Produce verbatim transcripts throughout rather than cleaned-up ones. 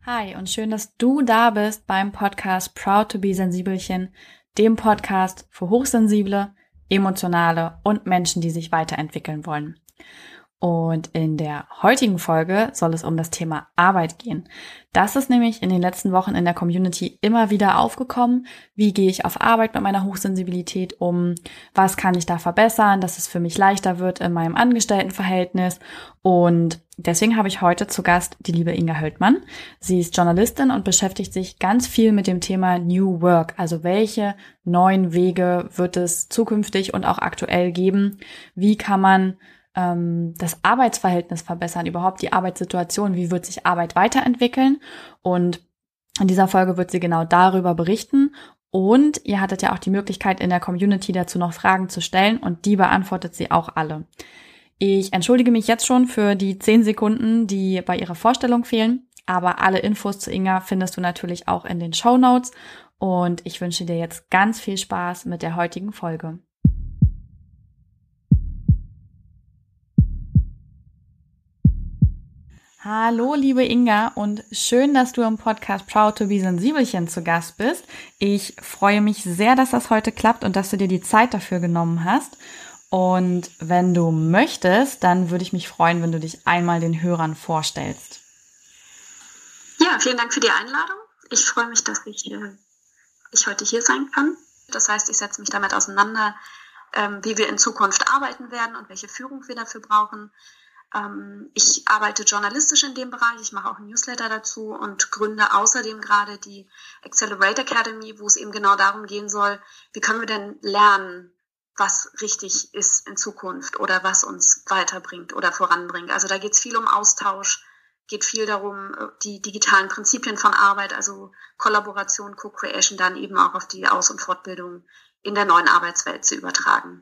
Hi und schön, dass du da bist beim Podcast Proud to be Sensibelchen, dem Podcast für Hochsensible, Emotionale und Menschen, die sich weiterentwickeln wollen. Und in der heutigen Folge soll es um das Thema Arbeit gehen. Das ist nämlich in den letzten Wochen in der Community immer wieder aufgekommen. Wie gehe ich auf Arbeit mit meiner Hochsensibilität um? Was kann ich da verbessern, dass es für mich leichter wird in meinem Angestelltenverhältnis? Und deswegen habe ich heute zu Gast die liebe Inga Höldmann. Sie ist Journalistin und beschäftigt sich ganz viel mit dem Thema New Work. Also welche neuen Wege wird es zukünftig und auch aktuell geben? Wie kann man das Arbeitsverhältnis verbessern, überhaupt die Arbeitssituation, wie wird sich Arbeit weiterentwickeln, und in dieser Folge wird sie genau darüber berichten und ihr hattet ja auch die Möglichkeit in der Community dazu noch Fragen zu stellen und die beantwortet sie auch alle. Ich entschuldige mich jetzt schon für die zehn Sekunden, die bei ihrer Vorstellung fehlen, aber alle Infos zu Inga findest du natürlich auch in den Shownotes und ich wünsche dir jetzt ganz viel Spaß mit der heutigen Folge. Hallo, liebe Inga, und schön, dass du im Podcast Proud to be Sensibelchen zu Gast bist. Ich freue mich sehr, dass das heute klappt und dass du dir die Zeit dafür genommen hast. Und wenn du möchtest, dann würde ich mich freuen, wenn du dich einmal den Hörern vorstellst. Ja, vielen Dank für die Einladung. Ich freue mich, dass ich, äh, ich heute hier sein kann. Das heißt, ich setze mich damit auseinander, ähm, wie wir in Zukunft arbeiten werden und welche Führung wir dafür brauchen. Ich arbeite journalistisch in dem Bereich, ich mache auch einen Newsletter dazu und gründe außerdem gerade die Accelerate Academy, wo es eben genau darum gehen soll, wie können wir denn lernen, was richtig ist in Zukunft oder was uns weiterbringt oder voranbringt. Also da geht es viel um Austausch, geht viel darum, die digitalen Prinzipien von Arbeit, also Kollaboration, Co-Creation, dann eben auch auf die Aus- und Fortbildung in der neuen Arbeitswelt zu übertragen.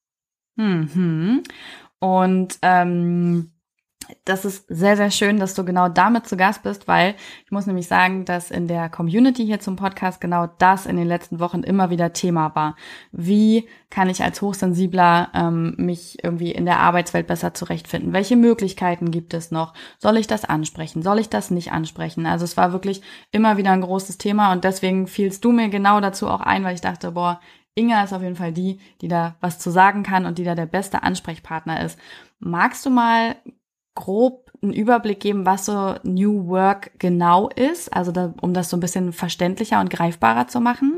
Mhm. Und ähm, das ist sehr, sehr schön, dass du genau damit zu Gast bist, weil ich muss nämlich sagen, dass in der Community hier zum Podcast genau das in den letzten Wochen immer wieder Thema war. Wie kann ich als Hochsensibler ähm, mich irgendwie in der Arbeitswelt besser zurechtfinden? Welche Möglichkeiten gibt es noch? Soll ich das ansprechen? Soll ich das nicht ansprechen? Also es war wirklich immer wieder ein großes Thema und deswegen fielst du mir genau dazu auch ein, weil ich dachte, boah, Inga ist auf jeden Fall die, die da was zu sagen kann und die da der beste Ansprechpartner ist. Magst du mal grob einen Überblick geben, was so New Work genau ist? Also da, um das so ein bisschen verständlicher und greifbarer zu machen?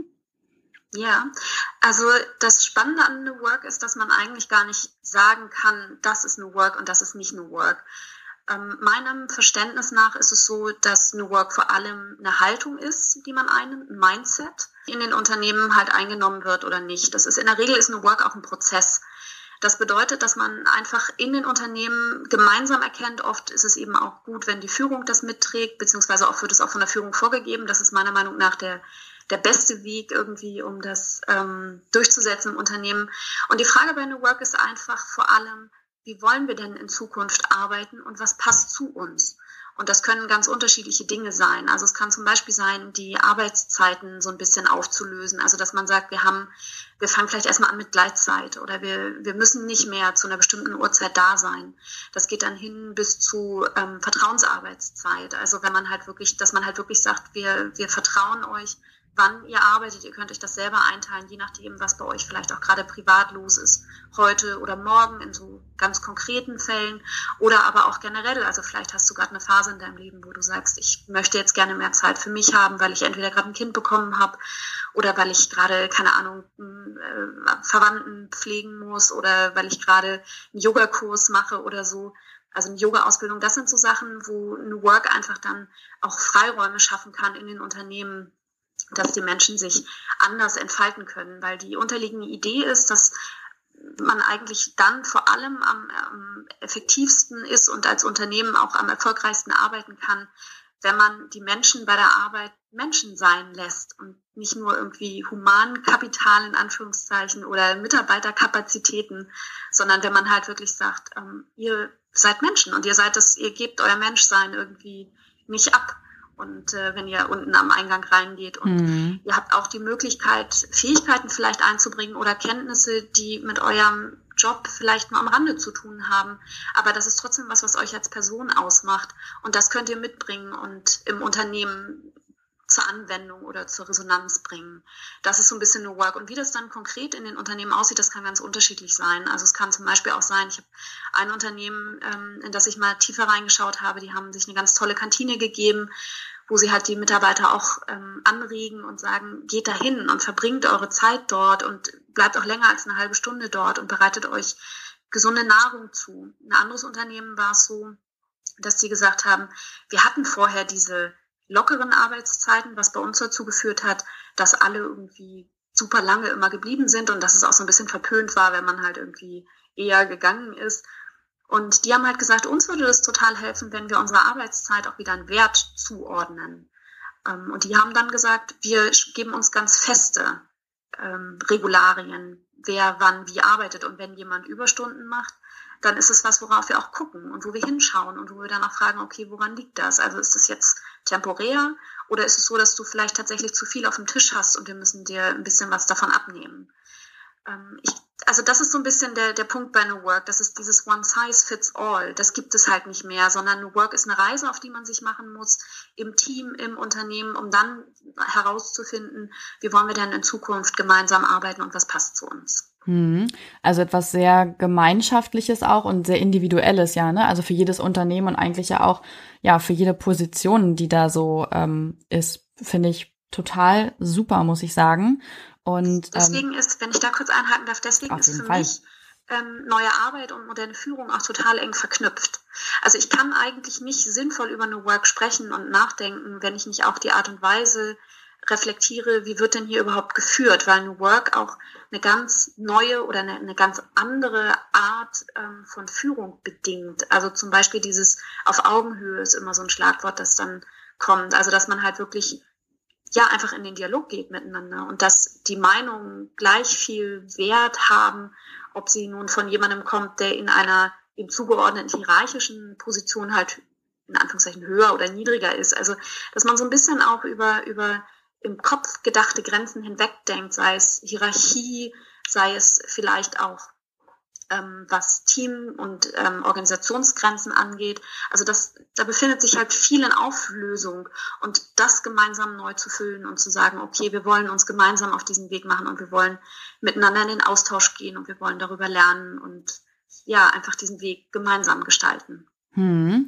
Ja, also das Spannende an New Work ist, dass man eigentlich gar nicht sagen kann, das ist New Work und das ist nicht New Work. Ähm, meinem Verständnis nach ist es so, dass New Work vor allem eine Haltung ist, die man einnimmt, ein Mindset, in den Unternehmen halt eingenommen wird oder nicht. Das ist in der Regel ist New Work auch ein Prozess. Das bedeutet, dass man einfach in den Unternehmen gemeinsam erkennt. Oft ist es eben auch gut, wenn die Führung das mitträgt, beziehungsweise auch wird es auch von der Führung vorgegeben. Das ist meiner Meinung nach der der beste Weg irgendwie, um das ähm, durchzusetzen im Unternehmen. Und die Frage bei New Work ist einfach vor allem, wie wollen wir denn in Zukunft arbeiten und was passt zu uns? Und das können ganz unterschiedliche Dinge sein. Also es kann zum Beispiel sein, die Arbeitszeiten so ein bisschen aufzulösen. Also dass man sagt, wir haben, wir fangen vielleicht erstmal an mit Gleitzeit oder wir, wir müssen nicht mehr zu einer bestimmten Uhrzeit da sein. Das geht dann hin bis zu ähm, Vertrauensarbeitszeit. Also wenn man halt wirklich, dass man halt wirklich sagt, wir, wir vertrauen euch, wann ihr arbeitet. Ihr könnt euch das selber einteilen, je nachdem, was bei euch vielleicht auch gerade privat los ist, heute oder morgen in so ganz konkreten Fällen oder aber auch generell. Also vielleicht hast du gerade eine Phase in deinem Leben, wo du sagst, ich möchte jetzt gerne mehr Zeit für mich haben, weil ich entweder gerade ein Kind bekommen habe oder weil ich gerade, keine Ahnung, äh, Verwandten pflegen muss oder weil ich gerade einen Yogakurs mache oder so. Also eine Yoga-Ausbildung, das sind so Sachen, wo New Work einfach dann auch Freiräume schaffen kann in den Unternehmen, dass die Menschen sich anders entfalten können, weil die unterliegende Idee ist, dass man eigentlich dann vor allem am, am effektivsten ist und als Unternehmen auch am erfolgreichsten arbeiten kann, wenn man die Menschen bei der Arbeit Menschen sein lässt und nicht nur irgendwie Humankapital in Anführungszeichen oder Mitarbeiterkapazitäten, sondern wenn man halt wirklich sagt, ähm, ihr seid Menschen und ihr seid das, ihr gebt euer Menschsein irgendwie nicht ab. Und äh, wenn ihr unten am Eingang reingeht und mhm. ihr habt auch die Möglichkeit, Fähigkeiten vielleicht einzubringen oder Kenntnisse, die mit eurem Job vielleicht nur am Rande zu tun haben. Aber das ist trotzdem was, was euch als Person ausmacht. Und das könnt ihr mitbringen und im Unternehmen zur Anwendung oder zur Resonanz bringen. Das ist so ein bisschen New Work. Und wie das dann konkret in den Unternehmen aussieht, das kann ganz unterschiedlich sein. Also es kann zum Beispiel auch sein, ich habe ein Unternehmen, in das ich mal tiefer reingeschaut habe, die haben sich eine ganz tolle Kantine gegeben, wo sie halt die Mitarbeiter auch ähm, anregen und sagen, geht dahin und verbringt eure Zeit dort und bleibt auch länger als eine halbe Stunde dort und bereitet euch gesunde Nahrung zu. Ein anderes Unternehmen war es so, dass die gesagt haben, wir hatten vorher diese lockeren Arbeitszeiten, was bei uns dazu geführt hat, dass alle irgendwie super lange immer geblieben sind und dass es auch so ein bisschen verpönt war, wenn man halt irgendwie eher gegangen ist. Und die haben halt gesagt, uns würde das total helfen, wenn wir unserer Arbeitszeit auch wieder einen Wert zuordnen. Und die haben dann gesagt, wir geben uns ganz feste ähm, Regularien, wer wann wie arbeitet. Und wenn jemand Überstunden macht, dann ist es was, worauf wir auch gucken und wo wir hinschauen und wo wir dann auch fragen, okay, woran liegt das? Also ist das jetzt temporär oder ist es so, dass du vielleicht tatsächlich zu viel auf dem Tisch hast und wir müssen dir ein bisschen was davon abnehmen? Ähm, ich, also das ist so ein bisschen der, der Punkt bei New Work, das ist dieses One Size Fits All, das gibt es halt nicht mehr, sondern New Work ist eine Reise, auf die man sich machen muss, im Team, im Unternehmen, um dann herauszufinden, wie wollen wir denn in Zukunft gemeinsam arbeiten und was passt zu uns. Also etwas sehr Gemeinschaftliches auch und sehr Individuelles, ja, ne? Also für jedes Unternehmen und eigentlich ja auch, ja, für jede Position, die da so ähm, ist, finde ich total super, muss ich sagen. Und deswegen ähm, ist, wenn ich da kurz einhaken darf, deswegen ist für Fall. mich ähm, neue Arbeit und moderne Führung auch total eng verknüpft. Also ich kann eigentlich nicht sinnvoll über New Work sprechen und nachdenken, wenn ich nicht auch die Art und Weise reflektiere, wie wird denn hier überhaupt geführt, weil New Work auch eine ganz neue oder eine, eine ganz andere Art ähm, von Führung bedingt. Also zum Beispiel dieses auf Augenhöhe ist immer so ein Schlagwort, das dann kommt. Also dass man halt wirklich ja einfach in den Dialog geht miteinander und dass die Meinungen gleich viel Wert haben, ob sie nun von jemandem kommt, der in einer ihm zugeordneten hierarchischen Position halt in Anführungszeichen höher oder niedriger ist. Also dass man so ein bisschen auch über über im Kopf gedachte Grenzen hinwegdenkt, sei es Hierarchie, sei es vielleicht auch ähm, was Team- und ähm, Organisationsgrenzen angeht. Also das, da befindet sich halt viel in Auflösung und das gemeinsam neu zu füllen und zu sagen, okay, wir wollen uns gemeinsam auf diesen Weg machen und wir wollen miteinander in den Austausch gehen und wir wollen darüber lernen und ja, einfach diesen Weg gemeinsam gestalten. Hm.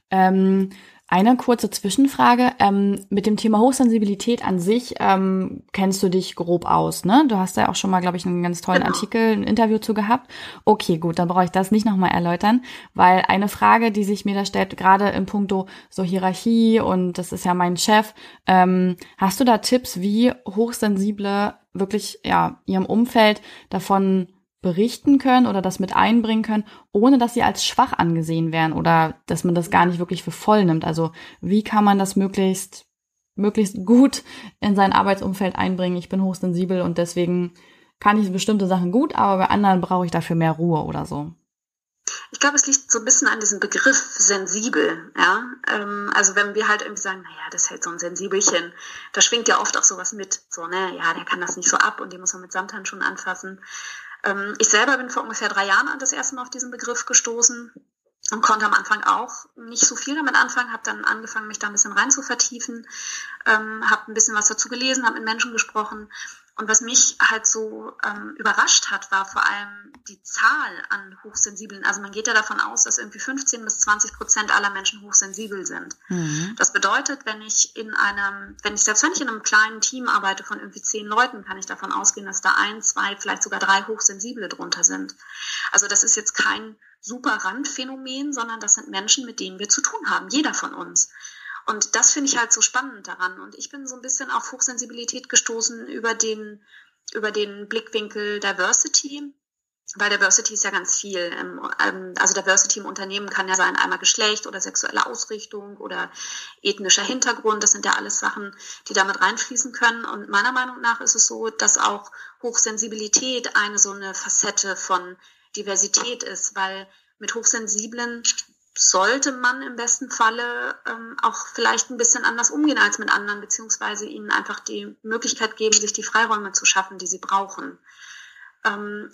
Ähm, eine kurze Zwischenfrage. Ähm, mit dem Thema Hochsensibilität an sich ähm, kennst du dich grob aus, ne? Du hast ja auch schon mal, glaube ich, einen ganz tollen Genau. Artikel, ein Interview zu gehabt. Okay, gut, dann brauche ich das nicht nochmal erläutern, weil eine Frage, die sich mir da stellt, gerade in puncto so Hierarchie und das ist ja mein Chef, ähm, hast du da Tipps, wie Hochsensible wirklich ja ihrem Umfeld davon berichten können oder das mit einbringen können, ohne dass sie als schwach angesehen werden oder dass man das gar nicht wirklich für voll nimmt. Also wie kann man das möglichst möglichst gut in sein Arbeitsumfeld einbringen? Ich bin hochsensibel und deswegen kann ich bestimmte Sachen gut, aber bei anderen brauche ich dafür mehr Ruhe oder so. Ich glaube, es liegt so ein bisschen an diesem Begriff sensibel, ja. Ähm, also wenn wir halt irgendwie sagen, naja, das ist halt so ein Sensibelchen, da schwingt ja oft auch sowas mit, so, ne, ja, der kann das nicht so ab und den muss man mit Samthandschuhen anfassen. Ich selber bin vor ungefähr drei Jahren das erste Mal auf diesen Begriff gestoßen und konnte am Anfang auch nicht so viel damit anfangen, habe dann angefangen, mich da ein bisschen rein zu vertiefen, ähm, habe ein bisschen was dazu gelesen, habe mit Menschen gesprochen. Und was mich halt so ähm, überrascht hat, war vor allem die Zahl an Hochsensiblen. Also man geht ja davon aus, dass irgendwie fünfzehn bis zwanzig Prozent aller Menschen hochsensibel sind. Mhm. Das bedeutet, wenn ich in einem, wenn ich selbst wenn ich in einem kleinen Team arbeite von irgendwie zehn Leuten, kann ich davon ausgehen, dass da ein, zwei, vielleicht sogar drei Hochsensible drunter sind. Also das ist jetzt kein super Randphänomen, sondern das sind Menschen, mit denen wir zu tun haben, jeder von uns. Und das finde ich halt so spannend daran. Und ich bin so ein bisschen auf Hochsensibilität gestoßen über den, über den Blickwinkel Diversity, weil Diversity ist ja ganz viel. Also Diversity im Unternehmen kann ja sein, einmal Geschlecht oder sexuelle Ausrichtung oder ethnischer Hintergrund. Das sind ja alles Sachen, die damit reinfließen können. Und meiner Meinung nach ist es so, dass auch Hochsensibilität eine so eine Facette von Diversität ist, weil mit Hochsensiblen sollte man im besten Falle ähm, auch vielleicht ein bisschen anders umgehen als mit anderen, beziehungsweise ihnen einfach die Möglichkeit geben, sich die Freiräume zu schaffen, die sie brauchen. Ähm,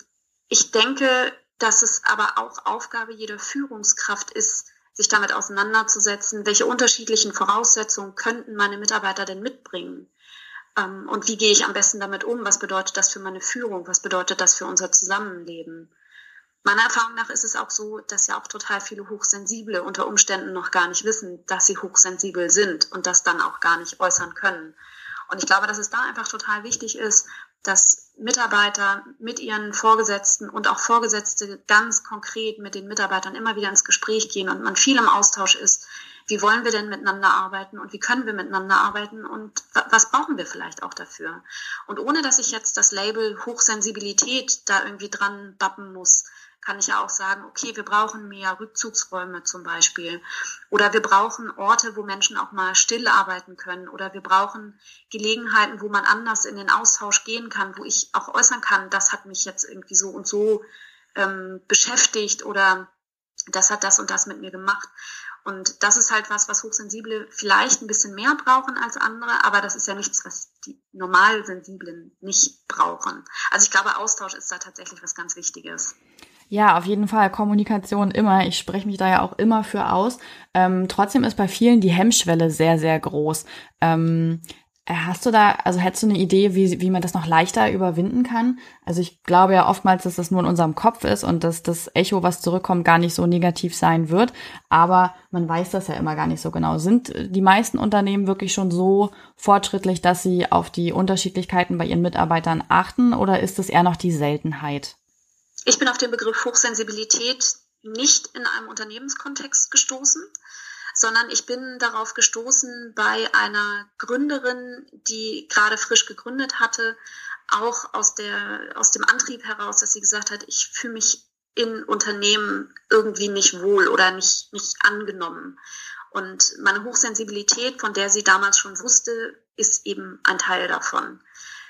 ich denke, dass es aber auch Aufgabe jeder Führungskraft ist, sich damit auseinanderzusetzen, welche unterschiedlichen Voraussetzungen könnten meine Mitarbeiter denn mitbringen? Ähm, und wie gehe ich am besten damit um? Was bedeutet das für meine Führung? Was bedeutet das für unser Zusammenleben? Meiner Erfahrung nach ist es auch so, dass ja auch total viele Hochsensible unter Umständen noch gar nicht wissen, dass sie hochsensibel sind und das dann auch gar nicht äußern können. Und ich glaube, dass es da einfach total wichtig ist, dass Mitarbeiter mit ihren Vorgesetzten und auch Vorgesetzte ganz konkret mit den Mitarbeitern immer wieder ins Gespräch gehen und man viel im Austausch ist. Wie wollen wir denn miteinander arbeiten und wie können wir miteinander arbeiten und was brauchen wir vielleicht auch dafür? Und ohne, dass ich jetzt das Label Hochsensibilität da irgendwie dran bappen muss, kann ich ja auch sagen, okay, wir brauchen mehr Rückzugsräume zum Beispiel oder wir brauchen Orte, wo Menschen auch mal still arbeiten können oder wir brauchen Gelegenheiten, wo man anders in den Austausch gehen kann, wo ich auch äußern kann, das hat mich jetzt irgendwie so und so ähm, beschäftigt oder das hat das und das mit mir gemacht. Und das ist halt was, was Hochsensible vielleicht ein bisschen mehr brauchen als andere, aber das ist ja nichts, was die Normalsensiblen nicht brauchen. Also ich glaube, Austausch ist da tatsächlich was ganz Wichtiges. Ja, auf jeden Fall. Kommunikation immer. Ich spreche mich da ja auch immer für aus. Ähm, trotzdem ist bei vielen die Hemmschwelle sehr, sehr groß. Ähm, hast du da, also hättest du eine Idee, wie, wie man das noch leichter überwinden kann? Also ich glaube ja oftmals, dass das nur in unserem Kopf ist und dass das Echo, was zurückkommt, gar nicht so negativ sein wird. Aber man weiß das ja immer gar nicht so genau. Sind die meisten Unternehmen wirklich schon so fortschrittlich, dass sie auf die Unterschiedlichkeiten bei ihren Mitarbeitern achten oder ist es eher noch die Seltenheit? Ich bin auf den Begriff Hochsensibilität nicht in einem Unternehmenskontext gestoßen, sondern ich bin darauf gestoßen bei einer Gründerin, die gerade frisch gegründet hatte, auch aus der, aus dem Antrieb heraus, dass sie gesagt hat, ich fühle mich in Unternehmen irgendwie nicht wohl oder nicht, nicht angenommen. Und meine Hochsensibilität, von der sie damals schon wusste, ist eben ein Teil davon.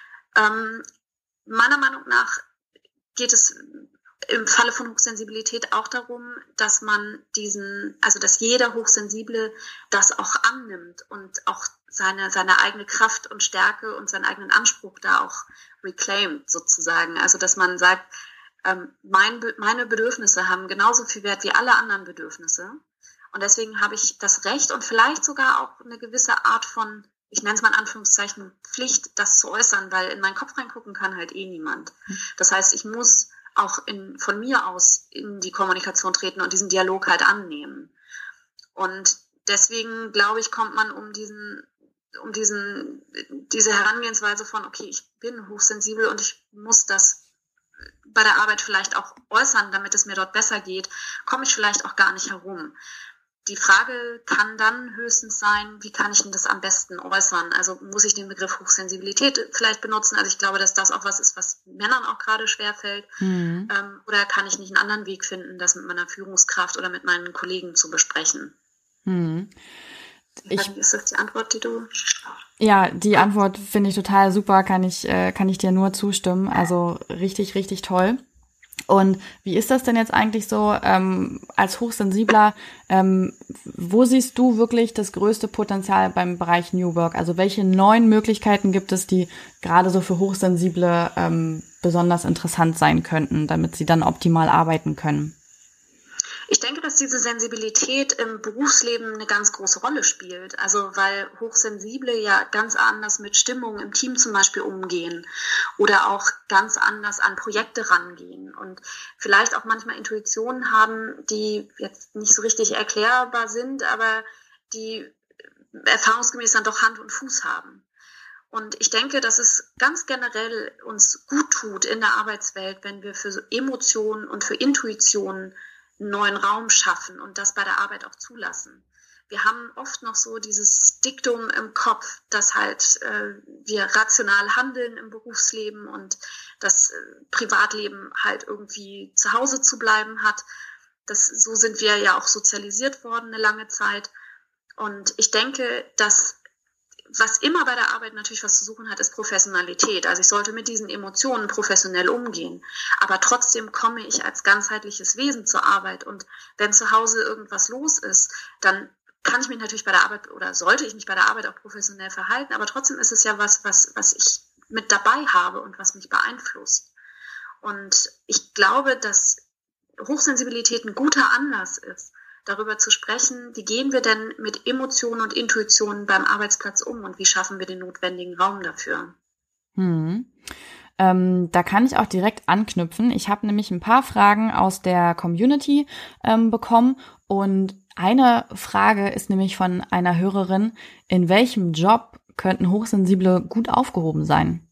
Ähm, meiner Meinung nach geht es im Falle von Hochsensibilität auch darum, dass man diesen, also dass jeder Hochsensible das auch annimmt und auch seine, seine eigene Kraft und Stärke und seinen eigenen Anspruch da auch reclaimt sozusagen. Also dass man sagt, ähm, mein, meine Bedürfnisse haben genauso viel Wert wie alle anderen Bedürfnisse und deswegen habe ich das Recht und vielleicht sogar auch eine gewisse Art von, ich nenne es mal in Anführungszeichen, Pflicht, das zu äußern, weil in meinen Kopf reingucken kann halt eh niemand. Das heißt, ich muss auch in, von mir aus in die Kommunikation treten und diesen Dialog halt annehmen. Und deswegen, glaube ich, kommt man um diesen, um diesen, diese Herangehensweise von, okay, ich bin hochsensibel und ich muss das bei der Arbeit vielleicht auch äußern, damit es mir dort besser geht, komme ich vielleicht auch gar nicht herum. Die Frage kann dann höchstens sein, wie kann ich denn das am besten äußern? Also muss ich den Begriff Hochsensibilität vielleicht benutzen? Also ich glaube, dass das auch was ist, was Männern auch gerade schwerfällt. Mhm. Ähm, oder kann ich nicht einen anderen Weg finden, das mit meiner Führungskraft oder mit meinen Kollegen zu besprechen? Mhm. Ich, ist das die Antwort, die du... Ja, die Antwort finde ich total super, kann ich, äh, kann ich dir nur zustimmen. Also richtig, richtig toll. Und wie ist das denn jetzt eigentlich so ähm, als Hochsensibler? Ähm, wo siehst du wirklich das größte Potenzial beim Bereich New Work? Also welche neuen Möglichkeiten gibt es, die gerade so für Hochsensible ähm, besonders interessant sein könnten, damit sie dann optimal arbeiten können? Ich denke, dass diese Sensibilität im Berufsleben eine ganz große Rolle spielt. Also weil Hochsensible ja ganz anders mit Stimmung im Team zum Beispiel umgehen oder auch ganz anders an Projekte rangehen und vielleicht auch manchmal Intuitionen haben, die jetzt nicht so richtig erklärbar sind, aber die erfahrungsgemäß dann doch Hand und Fuß haben. Und ich denke, dass es ganz generell uns gut tut in der Arbeitswelt, wenn wir für so Emotionen und für Intuitionen einen neuen Raum schaffen und das bei der Arbeit auch zulassen. Wir haben oft noch so dieses Diktum im Kopf, dass halt äh, wir rational handeln im Berufsleben und das äh, Privatleben halt irgendwie zu Hause zu bleiben hat. Das, so sind wir ja auch sozialisiert worden eine lange Zeit. Und ich denke, dass was immer bei der Arbeit natürlich was zu suchen hat, ist Professionalität. Also ich sollte mit diesen Emotionen professionell umgehen. Aber trotzdem komme ich als ganzheitliches Wesen zur Arbeit. Und wenn zu Hause irgendwas los ist, dann kann ich mich natürlich bei der Arbeit oder sollte ich mich bei der Arbeit auch professionell verhalten. Aber trotzdem ist es ja was, was, was ich mit dabei habe und was mich beeinflusst. Und ich glaube, dass Hochsensibilität ein guter Anlass ist, darüber zu sprechen, wie gehen wir denn mit Emotionen und Intuitionen beim Arbeitsplatz um und wie schaffen wir den notwendigen Raum dafür. Hm. Ähm, da kann ich auch direkt anknüpfen. Ich habe nämlich ein paar Fragen aus der Community ähm, bekommen und eine Frage ist nämlich von einer Hörerin: In welchem Job könnten Hochsensible gut aufgehoben sein?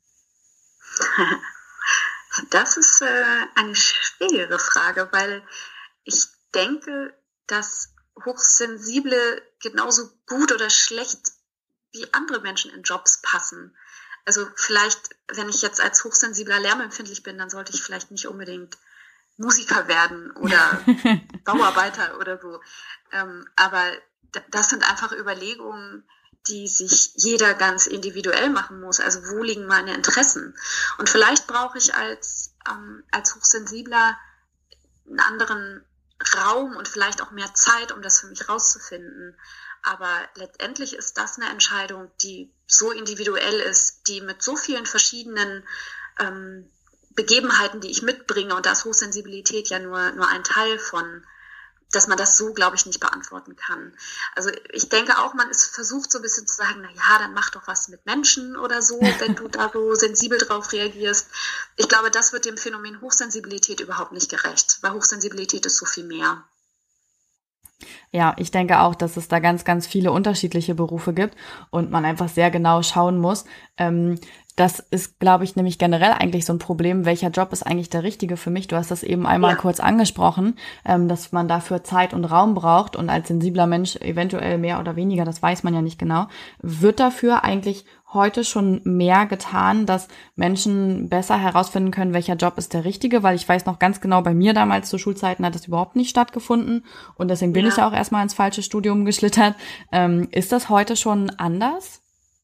Das ist äh, eine schwere Frage, weil ich denke, dass Hochsensible genauso gut oder schlecht wie andere Menschen in Jobs passen. Also vielleicht, wenn ich jetzt als Hochsensibler lärmempfindlich bin, dann sollte ich vielleicht nicht unbedingt Musiker werden oder Bauarbeiter oder so. Ähm, aber das sind einfach Überlegungen, die sich jeder ganz individuell machen muss. Also wo liegen meine Interessen? Und vielleicht brauche ich als, ähm, als Hochsensibler einen anderen Raum und vielleicht auch mehr Zeit, um das für mich rauszufinden. Aber letztendlich ist das eine Entscheidung, die so individuell ist, die mit so vielen verschiedenen ähm, Begebenheiten, die ich mitbringe, und da ist Hochsensibilität ja nur, nur ein Teil von, dass man das so, glaube ich, nicht beantworten kann. Also ich denke auch, man ist versucht so ein bisschen zu sagen, na ja, dann mach doch was mit Menschen oder so, wenn du da so sensibel drauf reagierst. Ich glaube, das wird dem Phänomen Hochsensibilität überhaupt nicht gerecht, weil Hochsensibilität ist so viel mehr. Ja, ich denke auch, dass es da ganz, ganz viele unterschiedliche Berufe gibt und man einfach sehr genau schauen muss. Ähm, das ist, glaube ich, nämlich generell eigentlich so ein Problem. Welcher Job ist eigentlich der richtige für mich? Du hast das eben einmal ja. kurz angesprochen, ähm, dass man dafür Zeit und Raum braucht und als sensibler Mensch eventuell mehr oder weniger, das weiß man ja nicht genau. Wird dafür eigentlich heute schon mehr getan, dass Menschen besser herausfinden können, welcher Job ist der richtige? Weil ich weiß noch ganz genau, bei mir damals zu Schulzeiten hat das überhaupt nicht stattgefunden und deswegen bin ja. ich ja auch erstmal ins falsche Studium geschlittert. Ähm, ist das heute schon anders?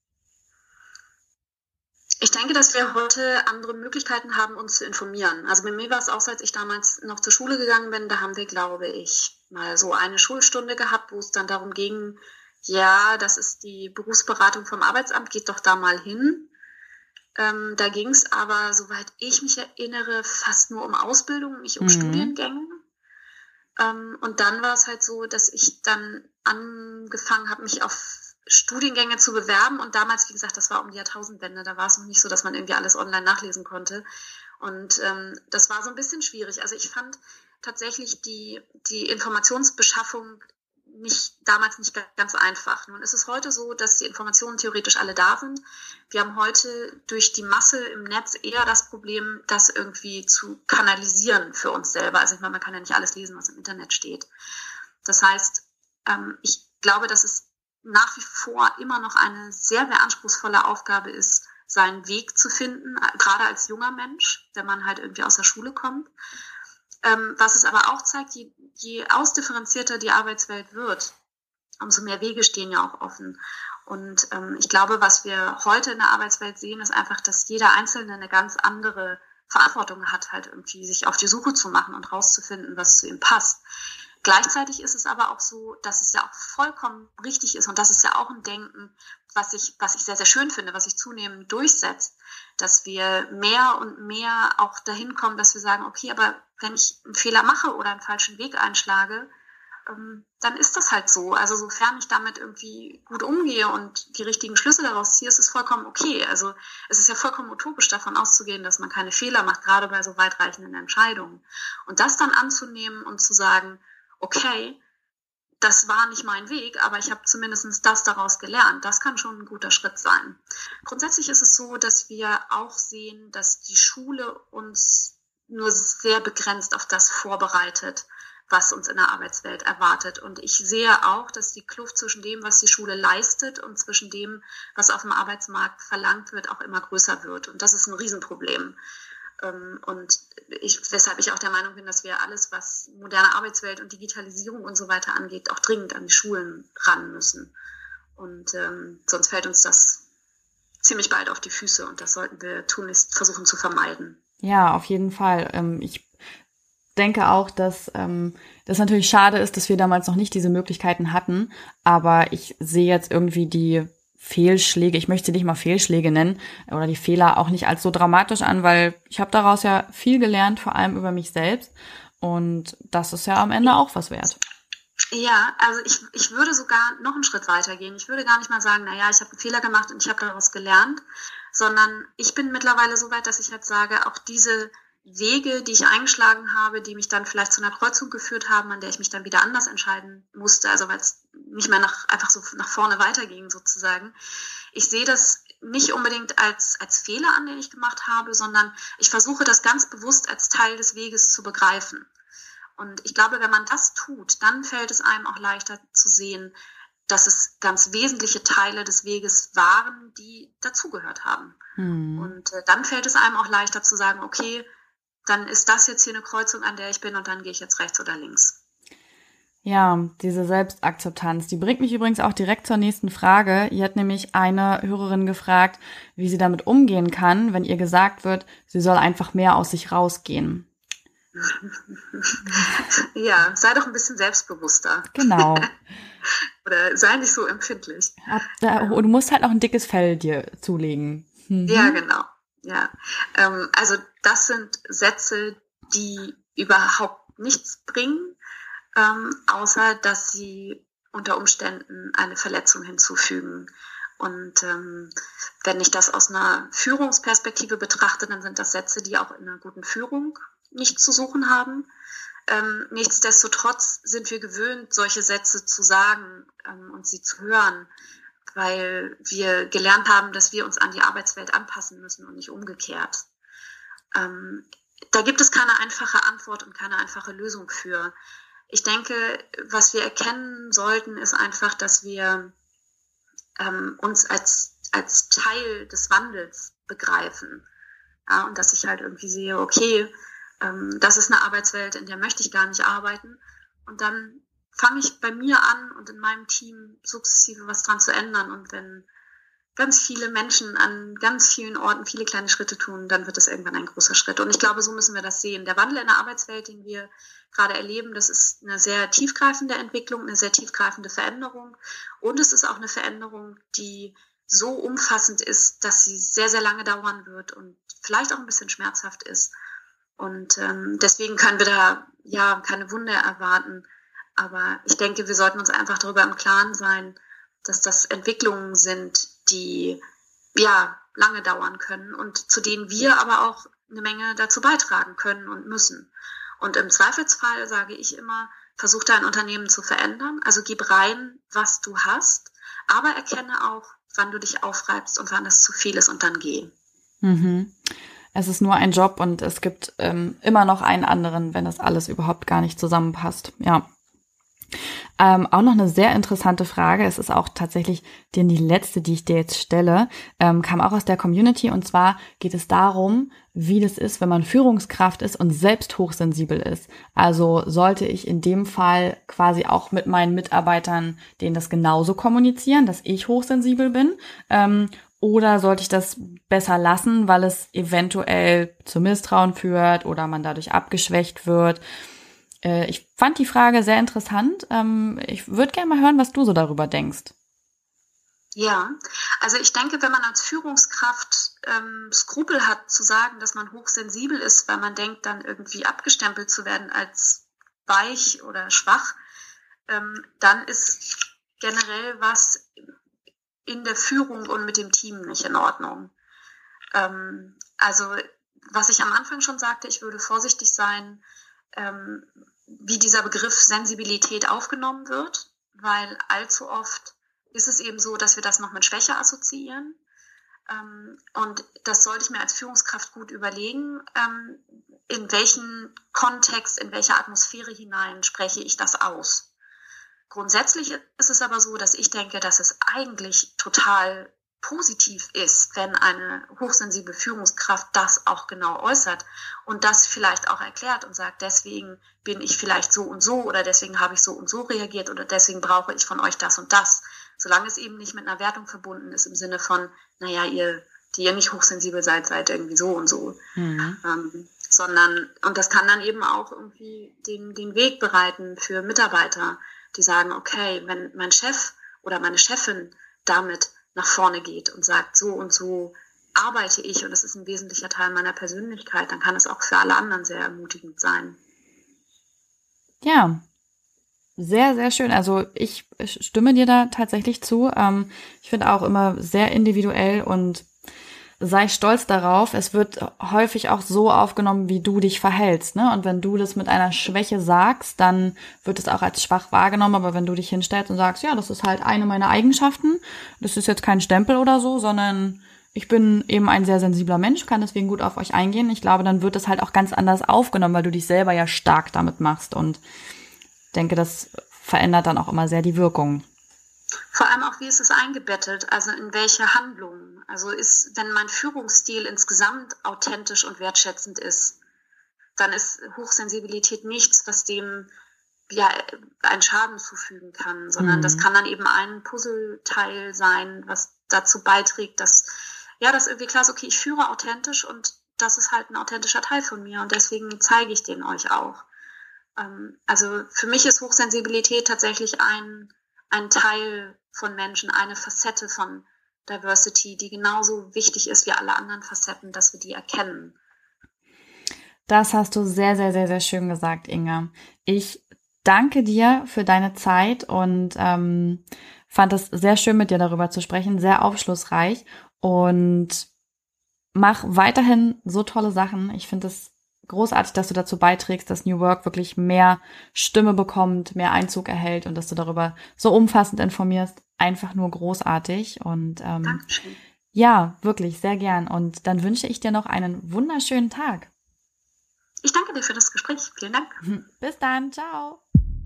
Ich denke, dass wir heute andere Möglichkeiten haben, uns zu informieren. Also bei mir war es auch, als ich damals noch zur Schule gegangen bin, da haben wir, glaube ich, mal so eine Schulstunde gehabt, wo es dann darum ging, ja, das ist die Berufsberatung vom Arbeitsamt, geht doch da mal hin. Ähm, da ging es aber, soweit ich mich erinnere, fast nur um Ausbildung, nicht um mhm. Studiengänge. Ähm, und dann war es halt so, dass ich dann angefangen habe, mich auf Studiengänge zu bewerben. Und damals, wie gesagt, das war um die Jahrtausendwende, da war es noch nicht so, dass man irgendwie alles online nachlesen konnte. Und ähm, das war so ein bisschen schwierig. Also ich fand tatsächlich die, die Informationsbeschaffung nicht, damals nicht ganz einfach. Nun ist es heute so, dass die Informationen theoretisch alle da sind. Wir haben heute durch die Masse im Netz eher das Problem, das irgendwie zu kanalisieren für uns selber. Also ich meine, man kann ja nicht alles lesen, was im Internet steht. Das heißt, ähm, ich glaube, dass es nach wie vor immer noch eine sehr, sehr anspruchsvolle Aufgabe ist, seinen Weg zu finden, gerade als junger Mensch, wenn man halt irgendwie aus der Schule kommt. Ähm, was es aber auch zeigt, je, je ausdifferenzierter die Arbeitswelt wird, umso mehr Wege stehen ja auch offen. Und ähm, ich glaube, was wir heute in der Arbeitswelt sehen, ist einfach, dass jeder Einzelne eine ganz andere Verantwortung hat, halt irgendwie sich auf die Suche zu machen und rauszufinden, was zu ihm passt. Gleichzeitig ist es aber auch so, dass es ja auch vollkommen richtig ist, und das ist ja auch ein Denken, was ich, was ich sehr, sehr schön finde, was sich zunehmend durchsetzt, dass wir mehr und mehr auch dahin kommen, dass wir sagen, okay, aber wenn ich einen Fehler mache oder einen falschen Weg einschlage, ähm, dann ist das halt so. Also sofern ich damit irgendwie gut umgehe und die richtigen Schlüsse daraus ziehe, ist es vollkommen okay. Also es ist ja vollkommen utopisch davon auszugehen, dass man keine Fehler macht, gerade bei so weitreichenden Entscheidungen. Und das dann anzunehmen und zu sagen, okay, das war nicht mein Weg, aber ich habe zumindest das daraus gelernt. Das kann schon ein guter Schritt sein. Grundsätzlich ist es so, dass wir auch sehen, dass die Schule uns nur sehr begrenzt auf das vorbereitet, was uns in der Arbeitswelt erwartet. Und ich sehe auch, dass die Kluft zwischen dem, was die Schule leistet, und zwischen dem, was auf dem Arbeitsmarkt verlangt wird, auch immer größer wird. Und das ist ein Riesenproblem. Und ich, weshalb ich auch der Meinung bin, dass wir alles, was moderne Arbeitswelt und Digitalisierung und so weiter angeht, auch dringend an die Schulen ran müssen. Und ähm, sonst fällt uns das ziemlich bald auf die Füße, und das sollten wir tunlichst versuchen zu vermeiden. Ja, auf jeden Fall. Ähm, ich denke auch, dass ähm, das natürlich schade ist, dass wir damals noch nicht diese Möglichkeiten hatten, aber ich sehe jetzt irgendwie die Fehlschläge, ich möchte sie nicht mal Fehlschläge nennen, oder die Fehler auch nicht als so dramatisch an, weil ich habe daraus ja viel gelernt, vor allem über mich selbst. Und das ist ja am Ende auch was wert. Ja, also ich, ich würde sogar noch einen Schritt weiter gehen. Ich würde gar nicht mal sagen, naja, ich habe einen Fehler gemacht und ich habe daraus gelernt, sondern ich bin mittlerweile so weit, dass ich halt sage, auch diese Wege, die ich eingeschlagen habe, die mich dann vielleicht zu einer Kreuzung geführt haben, an der ich mich dann wieder anders entscheiden musste, also weil es nicht mehr nach, einfach so nach vorne weiterging sozusagen. Ich sehe das nicht unbedingt als, als Fehler an, den ich gemacht habe, sondern ich versuche das ganz bewusst als Teil des Weges zu begreifen. Und ich glaube, wenn man das tut, dann fällt es einem auch leichter zu sehen, dass es ganz wesentliche Teile des Weges waren, die dazugehört haben. Hm. Und äh, dann fällt es einem auch leichter zu sagen, okay, dann ist das jetzt hier eine Kreuzung, an der ich bin und dann gehe ich jetzt rechts oder links. Ja, diese Selbstakzeptanz, die bringt mich übrigens auch direkt zur nächsten Frage. Hier hat nämlich eine Hörerin gefragt, wie sie damit umgehen kann, wenn ihr gesagt wird, sie soll einfach mehr aus sich rausgehen. Ja, sei doch ein bisschen selbstbewusster. Genau. Oder sei nicht so empfindlich. Da, du musst halt auch ein dickes Fell dir zulegen. Mhm. Ja, genau. Ja, ähm, also das sind Sätze, die überhaupt nichts bringen, ähm, außer dass sie unter Umständen eine Verletzung hinzufügen. Und ähm, wenn ich das aus einer Führungsperspektive betrachte, dann sind das Sätze, die auch in einer guten Führung nichts zu suchen haben. Ähm, nichtsdestotrotz sind wir gewöhnt, solche Sätze zu sagen ähm, und sie zu hören, weil wir gelernt haben, dass wir uns an die Arbeitswelt anpassen müssen und nicht umgekehrt. Ähm, da gibt es keine einfache Antwort und keine einfache Lösung für. Ich denke, was wir erkennen sollten, ist einfach, dass wir ähm, uns als, als Teil des Wandels begreifen. Ja, und dass ich halt irgendwie sehe, okay, ähm, das ist eine Arbeitswelt, in der möchte ich gar nicht arbeiten. Und dann fange ich bei mir an und in meinem Team sukzessive was dran zu ändern. Und wenn ganz viele Menschen an ganz vielen Orten viele kleine Schritte tun, dann wird es irgendwann ein großer Schritt. Und ich glaube, so müssen wir das sehen. Der Wandel in der Arbeitswelt, den wir gerade erleben, das ist eine sehr tiefgreifende Entwicklung, eine sehr tiefgreifende Veränderung. Und es ist auch eine Veränderung, die so umfassend ist, dass sie sehr, sehr lange dauern wird und vielleicht auch ein bisschen schmerzhaft ist. Und ähm, deswegen können wir da ja keine Wunder erwarten. Aber ich denke, wir sollten uns einfach darüber im Klaren sein, dass das Entwicklungen sind, die ja lange dauern können und zu denen wir aber auch eine Menge dazu beitragen können und müssen. Und im Zweifelsfall sage ich immer, versuch dein Unternehmen zu verändern, also gib rein, was du hast, aber erkenne auch, wann du dich aufreibst und wann das zu viel ist und dann geh. Mhm. Es ist nur ein Job und es gibt ähm, immer noch einen anderen, wenn das alles überhaupt gar nicht zusammenpasst. Ja. Ähm, auch noch eine sehr interessante Frage, es ist auch tatsächlich die, die letzte, die ich dir jetzt stelle, ähm, kam auch aus der Community, und zwar geht es darum, wie das ist, wenn man Führungskraft ist und selbst hochsensibel ist. Also sollte ich in dem Fall quasi auch mit meinen Mitarbeitern denen das genauso kommunizieren, dass ich hochsensibel bin, ähm, oder sollte ich das besser lassen, weil es eventuell zu Misstrauen führt oder man dadurch abgeschwächt wird. Ich fand die Frage sehr interessant. Ich würde gerne mal hören, was du so darüber denkst. Ja, also ich denke, wenn man als Führungskraft ähm, Skrupel hat zu sagen, dass man hochsensibel ist, weil man denkt, dann irgendwie abgestempelt zu werden als weich oder schwach, ähm, dann ist generell was in der Führung und mit dem Team nicht in Ordnung. Ähm, also was ich am Anfang schon sagte, ich würde vorsichtig sein, ähm, wie dieser Begriff Sensibilität aufgenommen wird, weil allzu oft ist es eben so, dass wir das noch mit Schwäche assoziieren. Ähm, und das sollte ich mir als Führungskraft gut überlegen, ähm, in welchen Kontext, in welche Atmosphäre hinein spreche ich das aus. Grundsätzlich ist es aber so, dass ich denke, dass es eigentlich total positiv ist, wenn eine hochsensible Führungskraft das auch genau äußert und das vielleicht auch erklärt und sagt, deswegen bin ich vielleicht so und so oder deswegen habe ich so und so reagiert oder deswegen brauche ich von euch das und das. Solange es eben nicht mit einer Wertung verbunden ist im Sinne von, naja, ihr, die ihr nicht hochsensibel seid, seid irgendwie so und so. Mhm. Ähm, sondern, und das kann dann eben auch irgendwie den, den Weg bereiten für Mitarbeiter, die sagen, okay, wenn mein Chef oder meine Chefin damit nach vorne geht und sagt, so und so arbeite ich und das ist ein wesentlicher Teil meiner Persönlichkeit, dann kann es auch für alle anderen sehr ermutigend sein. Ja, sehr, sehr schön. Also ich stimme dir da tatsächlich zu. Ähm, ich finde auch immer sehr individuell und sei stolz darauf. Es wird häufig auch so aufgenommen, wie du dich verhältst, ne? Und wenn du das mit einer Schwäche sagst, dann wird es auch als schwach wahrgenommen. Aber wenn du dich hinstellst und sagst, ja, das ist halt eine meiner Eigenschaften, das ist jetzt kein Stempel oder so, sondern ich bin eben ein sehr sensibler Mensch, kann deswegen gut auf euch eingehen. Ich glaube, dann wird es halt auch ganz anders aufgenommen, weil du dich selber ja stark damit machst. Und denke, das verändert dann auch immer sehr die Wirkung. Vor allem auch, wie ist es eingebettet, also in welche Handlungen. Also ist, wenn mein Führungsstil insgesamt authentisch und wertschätzend ist, dann ist Hochsensibilität nichts, was dem ja einen Schaden zufügen kann, sondern mhm. das kann dann eben ein Puzzleteil sein, was dazu beiträgt, dass ja, dass irgendwie klar ist, okay, ich führe authentisch und das ist halt ein authentischer Teil von mir und deswegen zeige ich den euch auch. Ähm, also für mich ist Hochsensibilität tatsächlich ein ein Teil von Menschen, eine Facette von Diversity, die genauso wichtig ist wie alle anderen Facetten, dass wir die erkennen. Das hast du sehr, sehr, sehr, sehr schön gesagt, Inga. Ich danke dir für deine Zeit und ähm, fand es sehr schön, mit dir darüber zu sprechen, sehr aufschlussreich und mach weiterhin so tolle Sachen. Ich finde es großartig, dass du dazu beiträgst, dass New Work wirklich mehr Stimme bekommt, mehr Einzug erhält und dass du darüber so umfassend informierst. Einfach nur großartig. Und ähm, Dankeschön. Ja, wirklich, sehr gern. Und dann wünsche ich dir noch einen wunderschönen Tag. Ich danke dir für das Gespräch. Vielen Dank. Bis dann. Ciao.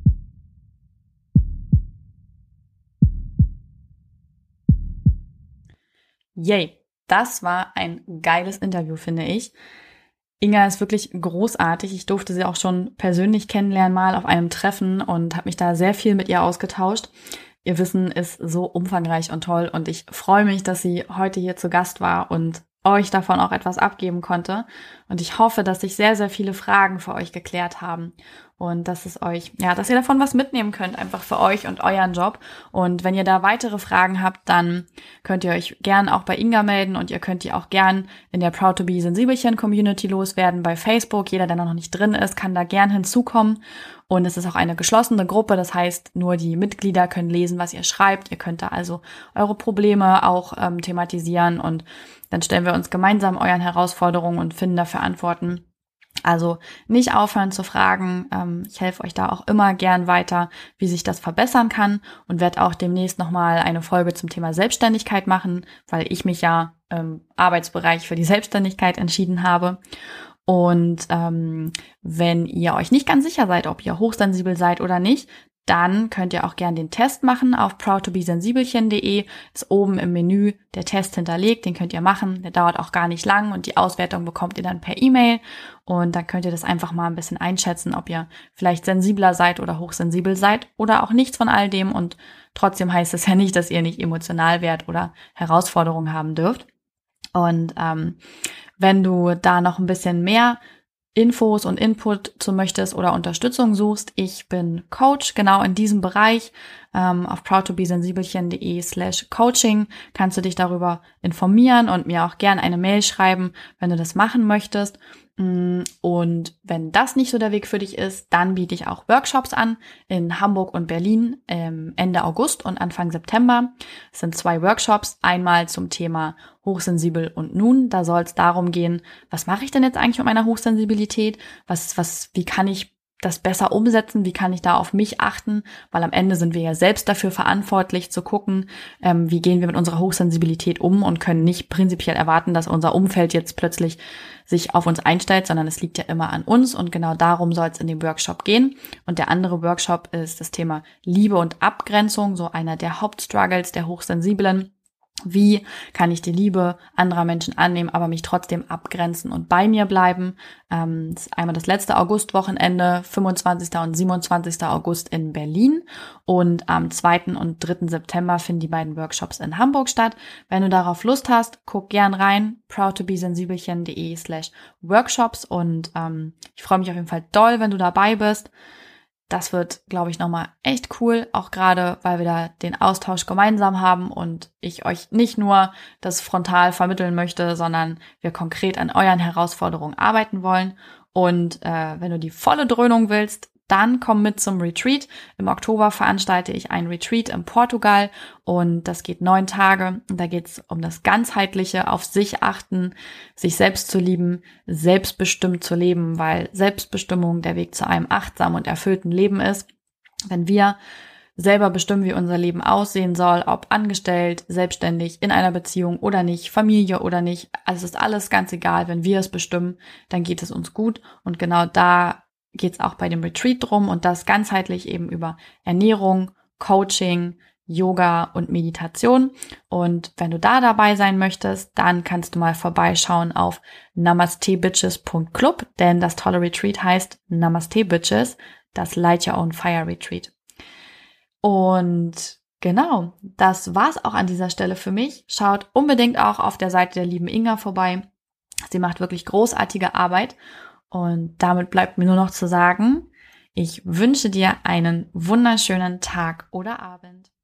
Yay, das war ein geiles Interview, finde ich. Inga ist wirklich großartig. Ich durfte sie auch schon persönlich kennenlernen, mal auf einem Treffen und habe mich da sehr viel mit ihr ausgetauscht. Ihr Wissen ist so umfangreich und toll und ich freue mich, dass sie heute hier zu Gast war und euch davon auch etwas abgeben konnte. Und ich hoffe, dass sich sehr, sehr viele Fragen für euch geklärt haben und dass es euch, ja, dass ihr davon was mitnehmen könnt, einfach für euch und euren Job. Und wenn ihr da weitere Fragen habt, dann könnt ihr euch gern auch bei Inga melden und ihr könnt die auch gern in der Proud to be Sensibelchen Community loswerden bei Facebook. Jeder, der noch nicht drin ist, kann da gern hinzukommen. Und es ist auch eine geschlossene Gruppe, das heißt, nur die Mitglieder können lesen, was ihr schreibt. Ihr könnt da also eure Probleme auch ähm, thematisieren und dann stellen wir uns gemeinsam euren Herausforderungen und finden dafür Antworten. Also nicht aufhören zu fragen. Ähm, ich helfe euch da auch immer gern weiter, wie sich das verbessern kann und werde auch demnächst nochmal eine Folge zum Thema Selbstständigkeit machen, weil ich mich ja im Arbeitsbereich für die Selbstständigkeit entschieden habe. Und ähm, wenn ihr euch nicht ganz sicher seid, ob ihr hochsensibel seid oder nicht, dann könnt ihr auch gern den Test machen auf proud to be sensibelchen punkt de. Ist oben im Menü der Test hinterlegt, den könnt ihr machen. Der dauert auch gar nicht lang und die Auswertung bekommt ihr dann per E-Mail. Und dann könnt ihr das einfach mal ein bisschen einschätzen, ob ihr vielleicht sensibler seid oder hochsensibel seid oder auch nichts von all dem. Und trotzdem heißt es ja nicht, dass ihr nicht emotional werdet oder Herausforderungen haben dürft. Und ähm, wenn du da noch ein bisschen mehr Infos und Input zu möchtest oder Unterstützung suchst, ich bin Coach genau in diesem Bereich. Ähm, auf proud to be sensibelchen punkt de slash coaching kannst du dich darüber informieren und mir auch gern eine Mail schreiben, wenn du das machen möchtest. Und wenn das nicht so der Weg für dich ist, dann biete ich auch Workshops an in Hamburg und Berlin Ende August und Anfang September. Es sind zwei Workshops, einmal zum Thema Hochsensibel und Nun. Da soll es darum gehen, was mache ich denn jetzt eigentlich mit meiner Hochsensibilität? Was, was, wie kann ich das besser umsetzen? Wie kann ich da auf mich achten? Weil am Ende sind wir ja selbst dafür verantwortlich zu gucken, ähm, wie gehen wir mit unserer Hochsensibilität um und können nicht prinzipiell erwarten, dass unser Umfeld jetzt plötzlich sich auf uns einstellt, sondern es liegt ja immer an uns und genau darum soll es in dem Workshop gehen. Und der andere Workshop ist das Thema Liebe und Abgrenzung, so einer der Hauptstruggles der Hochsensiblen. Wie kann ich die Liebe anderer Menschen annehmen, aber mich trotzdem abgrenzen und bei mir bleiben? Ähm, das ist einmal das letzte Augustwochenende, fünfundzwanzigsten und siebenundzwanzigsten August in Berlin. Und am zweiten und dritten September finden die beiden Workshops in Hamburg statt. Wenn du darauf Lust hast, guck gern rein, proud to be sensibelchen punkt de slash workshops. Und ähm, ich freue mich auf jeden Fall doll, wenn du dabei bist. das wird, glaube ich, nochmal echt cool, auch gerade, weil wir da den Austausch gemeinsam haben und ich euch nicht nur das frontal vermitteln möchte, sondern wir konkret an euren Herausforderungen arbeiten wollen. Und äh, wenn du die volle Dröhnung willst, dann komm mit zum Retreat. Im Oktober veranstalte ich ein Retreat in Portugal und das geht neun Tage. Und da geht es um das ganzheitliche, auf sich achten, sich selbst zu lieben, selbstbestimmt zu leben, weil Selbstbestimmung der Weg zu einem achtsamen und erfüllten Leben ist. Wenn wir selber bestimmen, wie unser Leben aussehen soll, ob angestellt, selbstständig, in einer Beziehung oder nicht, Familie oder nicht, also es ist alles ganz egal. Wenn wir es bestimmen, dann geht es uns gut und genau da geht es auch bei dem Retreat drum und das ganzheitlich eben über Ernährung, Coaching, Yoga und Meditation. Und wenn du da dabei sein möchtest, dann kannst du mal vorbeischauen auf namaste bitches punkt club, denn das tolle Retreat heißt Namaste Bitches, das Light Your Own Fire Retreat. Und genau, das war's auch an dieser Stelle für mich. Schaut unbedingt auch auf der Seite der lieben Inga vorbei. Sie macht wirklich großartige Arbeit. Und damit bleibt mir nur noch zu sagen, ich wünsche dir einen wunderschönen Tag oder Abend.